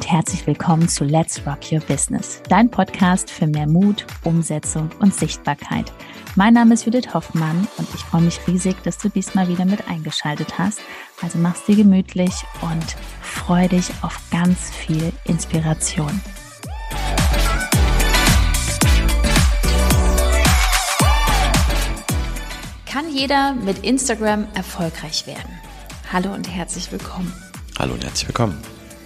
und herzlich willkommen zu Let's Rock Your Business, dein Podcast für mehr Mut, Umsetzung und Sichtbarkeit. Mein Name ist Judith Hoffmann und ich freue mich riesig, dass du diesmal wieder mit eingeschaltet hast. Also mach's dir gemütlich und freu dich auf ganz viel Inspiration. Kann jeder mit Instagram erfolgreich werden? Hallo und herzlich willkommen. Hallo und herzlich willkommen.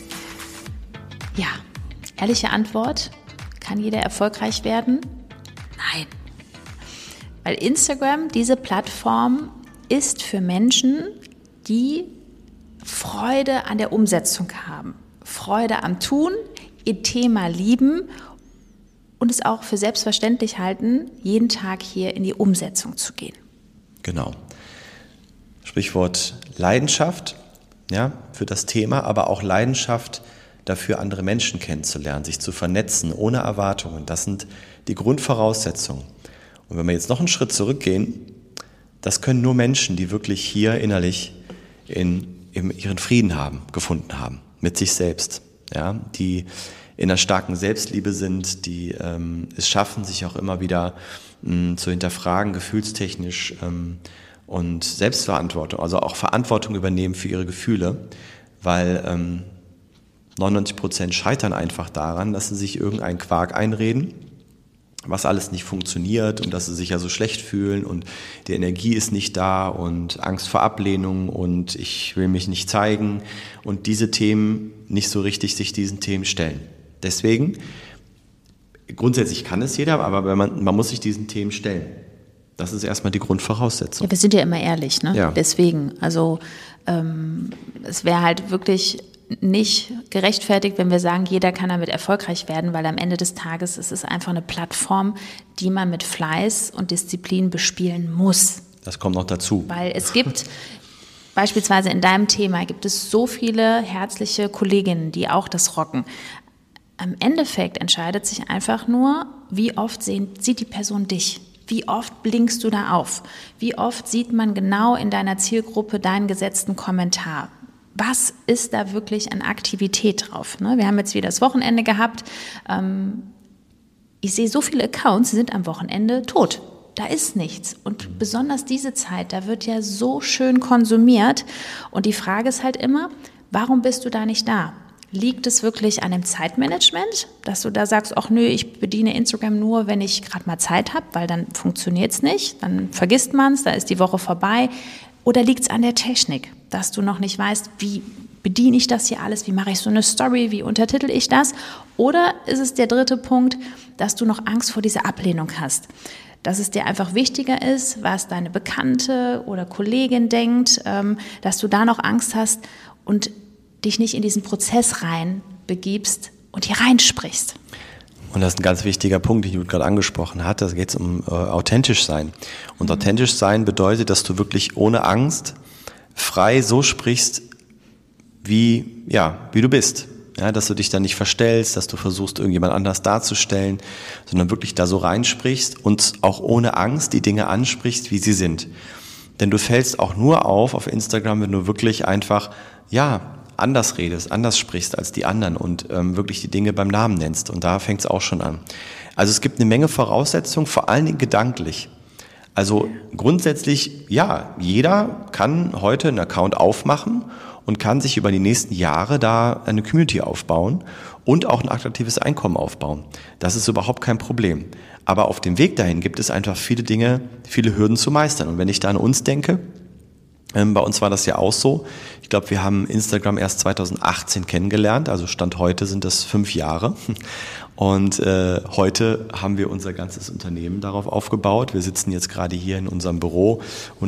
Ja, ehrliche Antwort, kann jeder erfolgreich werden? Nein. Weil Instagram, diese Plattform, ist für Menschen, die Freude an der Umsetzung haben, Freude am Tun, ihr Thema lieben und es auch für selbstverständlich halten, jeden Tag hier in die Umsetzung zu gehen. Genau. Sprichwort Leidenschaft, ja, für das Thema, aber auch Leidenschaft dafür, andere Menschen kennenzulernen, sich zu vernetzen, ohne Erwartungen. Das sind die Grundvoraussetzungen. Und wenn wir jetzt noch einen Schritt zurückgehen, das können nur Menschen, die wirklich hier innerlich ihren Frieden gefunden haben, mit sich selbst, ja, die in einer starken Selbstliebe sind, die es schaffen, sich auch immer wieder zu hinterfragen, gefühlstechnisch und Selbstverantwortung, also auch Verantwortung übernehmen für ihre Gefühle, weil 99% scheitern einfach daran, dass sie sich irgendeinen Quark einreden, was alles nicht funktioniert und dass sie sich ja so schlecht fühlen und die Energie ist nicht da und Angst vor Ablehnung und ich will mich nicht zeigen und diese Themen nicht so richtig sich diesen Themen stellen. Deswegen, grundsätzlich kann es jeder, aber man muss sich diesen Themen stellen. Das ist erstmal die Grundvoraussetzung. Ja, wir sind ja immer ehrlich, ne? Ja. Deswegen, also es wäre halt wirklich nicht gerechtfertigt, wenn wir sagen, jeder kann damit erfolgreich werden, weil am Ende des Tages ist es einfach eine Plattform, die man mit Fleiß und Disziplin bespielen muss. Das kommt noch dazu. Weil es gibt, beispielsweise in deinem Thema, gibt es so viele herzliche Kolleginnen, die auch das rocken. Im Endeffekt entscheidet sich einfach nur, wie oft sieht die Person dich? Wie oft blinkst du da auf? Wie oft sieht man genau in deiner Zielgruppe deinen gesetzten Kommentar? Was ist da wirklich an Aktivität drauf? Wir haben jetzt wieder das Wochenende gehabt. Ich sehe so viele Accounts, die sind am Wochenende tot. Da ist nichts. Und besonders diese Zeit, da wird ja so schön konsumiert. Und die Frage ist halt immer, warum bist du da nicht da? Liegt es wirklich an dem Zeitmanagement, dass du da sagst, ach nö, ich bediene Instagram nur, wenn ich gerade mal Zeit habe, weil dann funktioniert es nicht, dann vergisst man es, da ist die Woche vorbei. Oder liegt es an der Technik, dass du noch nicht weißt, wie bediene ich das hier alles, wie mache ich so eine Story, wie untertitel ich das? Oder ist es der dritte Punkt, dass du noch Angst vor dieser Ablehnung hast? Dass es dir einfach wichtiger ist, was deine Bekannte oder Kollegin denkt, dass du da noch Angst hast und dich nicht in diesen Prozess rein begibst und hier reinsprichst. Und das ist ein ganz wichtiger Punkt, den Judith gerade angesprochen hat. Da geht es um authentisch sein. Und authentisch sein bedeutet, dass du wirklich ohne Angst frei so sprichst, wie du bist. Ja, dass du dich da nicht verstellst, dass du versuchst, irgendjemand anders darzustellen, sondern wirklich da so reinsprichst und auch ohne Angst die Dinge ansprichst, wie sie sind. Denn du fällst auch nur auf Instagram, wenn du wirklich einfach, anders redest, anders sprichst als die anderen und wirklich die Dinge beim Namen nennst. Und da fängt es auch schon an. Also es gibt eine Menge Voraussetzungen, vor allen Dingen gedanklich. Also grundsätzlich, jeder kann heute einen Account aufmachen und kann sich über die nächsten Jahre da eine Community aufbauen und auch ein attraktives Einkommen aufbauen. Das ist überhaupt kein Problem. Aber auf dem Weg dahin gibt es einfach viele Dinge, viele Hürden zu meistern. Und wenn ich da an uns denke, bei uns war das ja auch so. Ich glaube, wir haben Instagram erst 2018 kennengelernt, also Stand heute sind das 5 Jahre. Und heute haben wir unser ganzes Unternehmen darauf aufgebaut. Wir sitzen jetzt gerade hier in unserem Büro,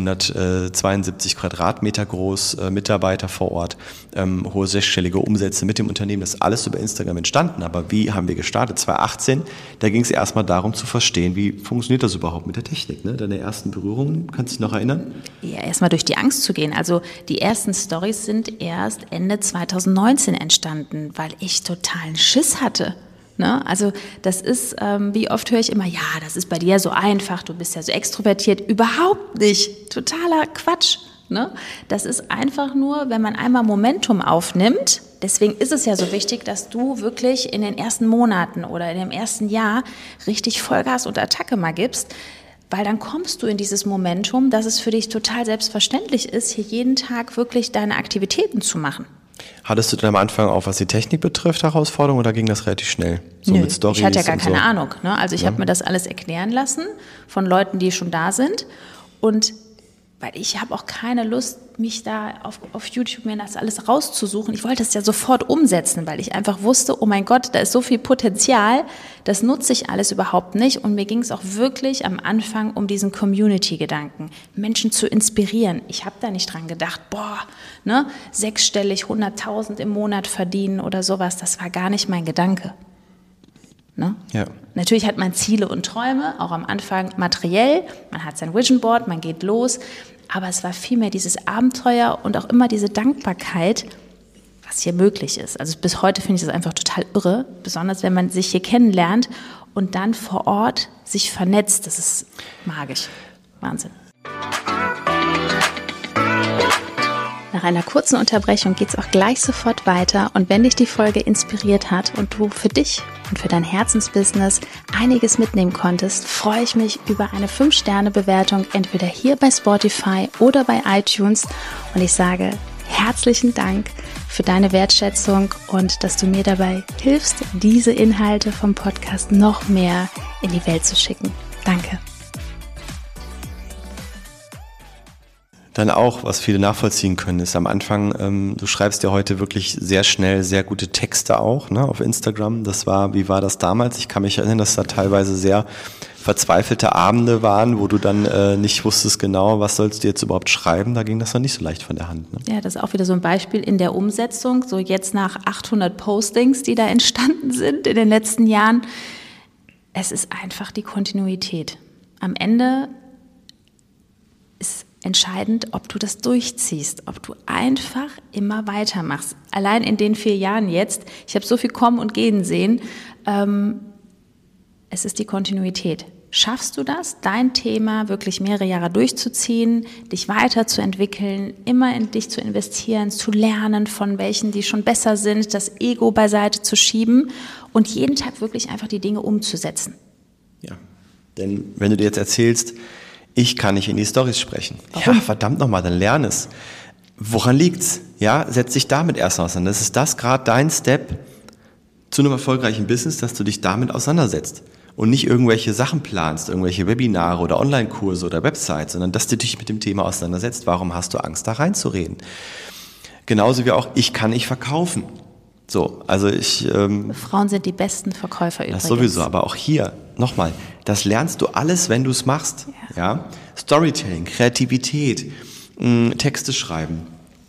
172 Quadratmeter groß, Mitarbeiter vor Ort, hohe sechsstellige Umsätze mit dem Unternehmen. Das ist alles über Instagram entstanden. Aber wie haben wir gestartet? 2018, da ging es erstmal darum zu verstehen, wie funktioniert das überhaupt mit der Technik? Ne? Deine ersten Berührungen, kannst du dich noch erinnern? Ja, erstmal durch die Angst zu gehen. Also die ersten Stories sind erst Ende 2019 entstanden, weil ich totalen Schiss hatte. Ne? Also das ist, wie oft höre ich immer, das ist bei dir so einfach, du bist ja so extrovertiert. Überhaupt nicht. Totaler Quatsch. Ne? Das ist einfach nur, wenn man einmal Momentum aufnimmt, deswegen ist es ja so wichtig, dass du wirklich in den ersten Monaten oder in dem ersten Jahr richtig Vollgas und Attacke mal gibst, weil dann kommst du in dieses Momentum, dass es für dich total selbstverständlich ist, hier jeden Tag wirklich deine Aktivitäten zu machen. Hattest du denn am Anfang auch, was die Technik betrifft, Herausforderungen oder ging das relativ schnell? So Nö, mit Storys ich hatte ja gar und keine so? Ahnung. Ne? Also ich habe mir das alles erklären lassen von Leuten, die schon da sind. Und weil ich habe auch keine Lust, mich da auf YouTube mir das alles rauszusuchen. Ich wollte es ja sofort umsetzen, weil ich einfach wusste, oh mein Gott, da ist so viel Potenzial, das nutze ich alles überhaupt nicht. Und mir ging es auch wirklich am Anfang um diesen Community-Gedanken, Menschen zu inspirieren. Ich habe da nicht dran gedacht, ne, 6-stellig, 100.000 im Monat verdienen oder sowas, das war gar nicht mein Gedanke. Ne? Ja. Natürlich hat man Ziele und Träume, auch am Anfang materiell. Man hat sein Vision Board, man geht los. Aber es war vielmehr dieses Abenteuer und auch immer diese Dankbarkeit, was hier möglich ist. Also bis heute finde ich das einfach total irre, besonders wenn man sich hier kennenlernt und dann vor Ort sich vernetzt. Das ist magisch. Wahnsinn. Nach einer kurzen Unterbrechung geht es auch gleich sofort weiter. Und wenn dich die Folge inspiriert hat und du für dich und für dein Herzensbusiness einiges mitnehmen konntest, freue ich mich über eine 5-Sterne-Bewertung, entweder hier bei Spotify oder bei iTunes. Und ich sage herzlichen Dank für deine Wertschätzung und dass du mir dabei hilfst, diese Inhalte vom Podcast noch mehr in die Welt zu schicken. Danke. Dann auch, was viele nachvollziehen können, ist am Anfang, du schreibst ja heute wirklich sehr schnell sehr gute Texte auch, ne, auf Instagram. Wie war das damals? Ich kann mich erinnern, dass da teilweise sehr verzweifelte Abende waren, wo du dann nicht wusstest genau, was sollst du jetzt überhaupt schreiben. Da ging das dann nicht so leicht von der Hand. Ne? Ja, das ist auch wieder so ein Beispiel in der Umsetzung. So jetzt nach 800 Postings, die da entstanden sind in den letzten Jahren. Es ist einfach die Kontinuität. Am Ende ist entscheidend, ob du das durchziehst, ob du einfach immer weitermachst. Allein in den 4 Jahren jetzt, ich habe so viel kommen und gehen sehen, es ist die Kontinuität. Schaffst du das, dein Thema wirklich mehrere Jahre durchzuziehen, dich weiterzuentwickeln, immer in dich zu investieren, zu lernen von welchen, die schon besser sind, das Ego beiseite zu schieben und jeden Tag wirklich einfach die Dinge umzusetzen? Ja, denn wenn du dir jetzt erzählst, ich kann nicht in die Storys sprechen. Warum? Ja, verdammt nochmal, dann lern es. Woran liegt's? Ja, setz dich damit erst auseinander. Das ist das gerade dein Step zu einem erfolgreichen Business, dass du dich damit auseinandersetzt. Und nicht irgendwelche Sachen planst, irgendwelche Webinare oder Online-Kurse oder Websites, sondern dass du dich mit dem Thema auseinandersetzt. Warum hast du Angst, da reinzureden? Genauso wie auch, ich kann nicht verkaufen. So, also Frauen sind die besten Verkäufer übrigens. Das sowieso, aber auch hier, nochmal, das lernst du alles, wenn du es machst. Ja? Storytelling, Kreativität, Texte schreiben.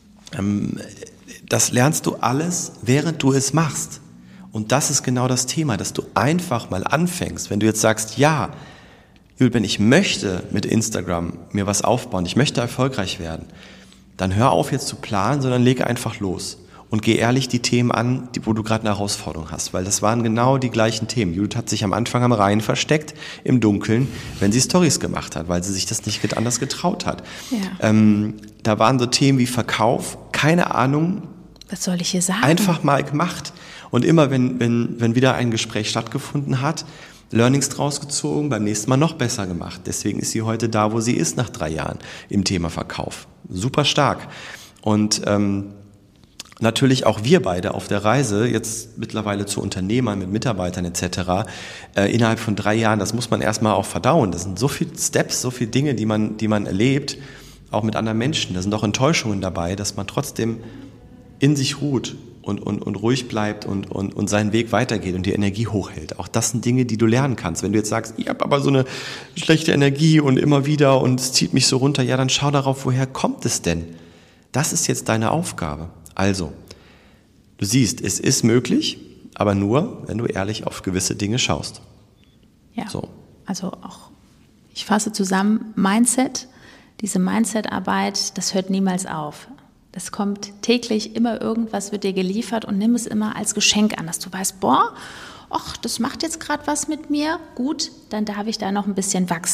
Das lernst du alles, während du es machst. Und das ist genau das Thema, dass du einfach mal anfängst. Wenn du jetzt sagst, ja, Julian, ich möchte mit Instagram mir was aufbauen, ich möchte erfolgreich werden, dann hör auf jetzt zu planen, sondern leg einfach los. Und geh ehrlich die Themen an, wo du gerade eine Herausforderung hast, weil das waren genau die gleichen Themen. Judith hat sich am Anfang am Rhein versteckt, im Dunkeln, wenn sie Storys gemacht hat, weil sie sich das nicht anders getraut hat. Ja. Da waren so Themen wie Verkauf, keine Ahnung. Was soll ich hier sagen? Einfach mal gemacht. Und immer, wenn wieder ein Gespräch stattgefunden hat, Learnings draus gezogen, beim nächsten Mal noch besser gemacht. Deswegen ist sie heute da, wo sie ist nach 3 Jahren im Thema Verkauf. Super stark. Und natürlich auch wir beide auf der Reise, jetzt mittlerweile zu Unternehmern mit Mitarbeitern etc., innerhalb von 3 Jahren, das muss man erstmal auch verdauen. Das sind so viele Steps, so viele Dinge, die man erlebt, auch mit anderen Menschen. Da sind auch Enttäuschungen dabei, dass man trotzdem in sich ruht und ruhig bleibt und seinen Weg weitergeht und die Energie hochhält. Auch das sind Dinge, die du lernen kannst. Wenn du jetzt sagst, ich habe aber so eine schlechte Energie und immer wieder und es zieht mich so runter, ja, dann schau darauf, woher kommt es denn? Das ist jetzt deine Aufgabe. Also, du siehst, es ist möglich, aber nur, wenn du ehrlich auf gewisse Dinge schaust. Ja, so. Also auch, ich fasse zusammen, Mindset, diese Mindset-Arbeit, das hört niemals auf. Das kommt täglich, immer irgendwas wird dir geliefert und nimm es immer als Geschenk an, dass du weißt, das macht jetzt gerade was mit mir, gut, dann darf ich da noch ein bisschen wachsen.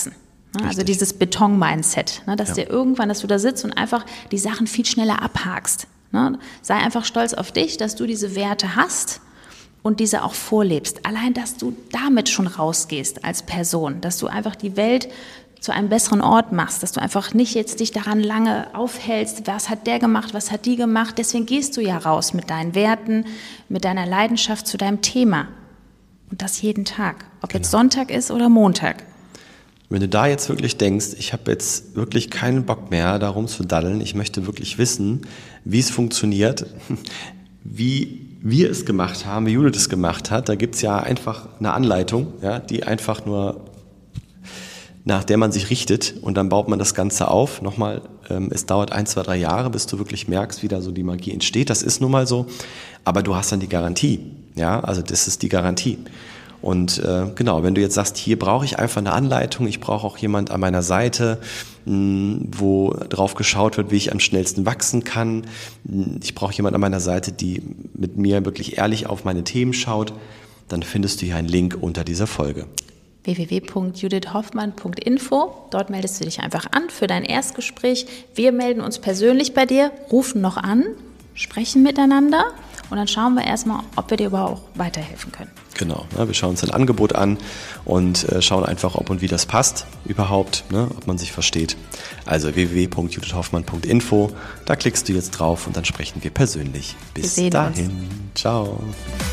Ne? Also dieses Beton-Mindset, ne? Dass dir irgendwann, dass du da sitzt und einfach die Sachen viel schneller abhakst. Ne? Sei einfach stolz auf dich, dass du diese Werte hast und diese auch vorlebst. Allein, dass du damit schon rausgehst als Person, dass du einfach die Welt zu einem besseren Ort machst, dass du einfach nicht jetzt dich daran lange aufhältst, was hat der gemacht, was hat die gemacht. Deswegen gehst du ja raus mit deinen Werten, mit deiner Leidenschaft zu deinem Thema. Und das jeden Tag, ob jetzt Sonntag ist oder Montag. Wenn du da jetzt wirklich denkst, ich habe jetzt wirklich keinen Bock mehr, da rumzudaddeln, ich möchte wirklich wissen, wie es funktioniert, wie wir es gemacht haben, wie Judith es gemacht hat, da gibt es ja einfach eine Anleitung, ja, die einfach nur, nach der man sich richtet und dann baut man das Ganze auf. Nochmal, es dauert 1, 2, 3 Jahre, bis du wirklich merkst, wie da so die Magie entsteht. Das ist nun mal so, aber du hast dann die Garantie, ja, also das ist die Garantie. Und genau, wenn du jetzt sagst, hier brauche ich einfach eine Anleitung, ich brauche auch jemand an meiner Seite, wo drauf geschaut wird, wie ich am schnellsten wachsen kann. Ich brauche jemand an meiner Seite, die mit mir wirklich ehrlich auf meine Themen schaut, dann findest du hier einen Link unter dieser Folge. www.judithhoffmann.info. Dort meldest du dich einfach an für dein Erstgespräch. Wir melden uns persönlich bei dir, rufen noch an, sprechen miteinander und dann schauen wir erstmal, ob wir dir überhaupt auch weiterhelfen können. Genau, ja, wir schauen uns ein Angebot an und schauen einfach, ob und wie das passt überhaupt, ne, ob man sich versteht. Also www.judithhoffmann.info, da klickst du jetzt drauf und dann sprechen wir persönlich. Bis dahin. Ciao.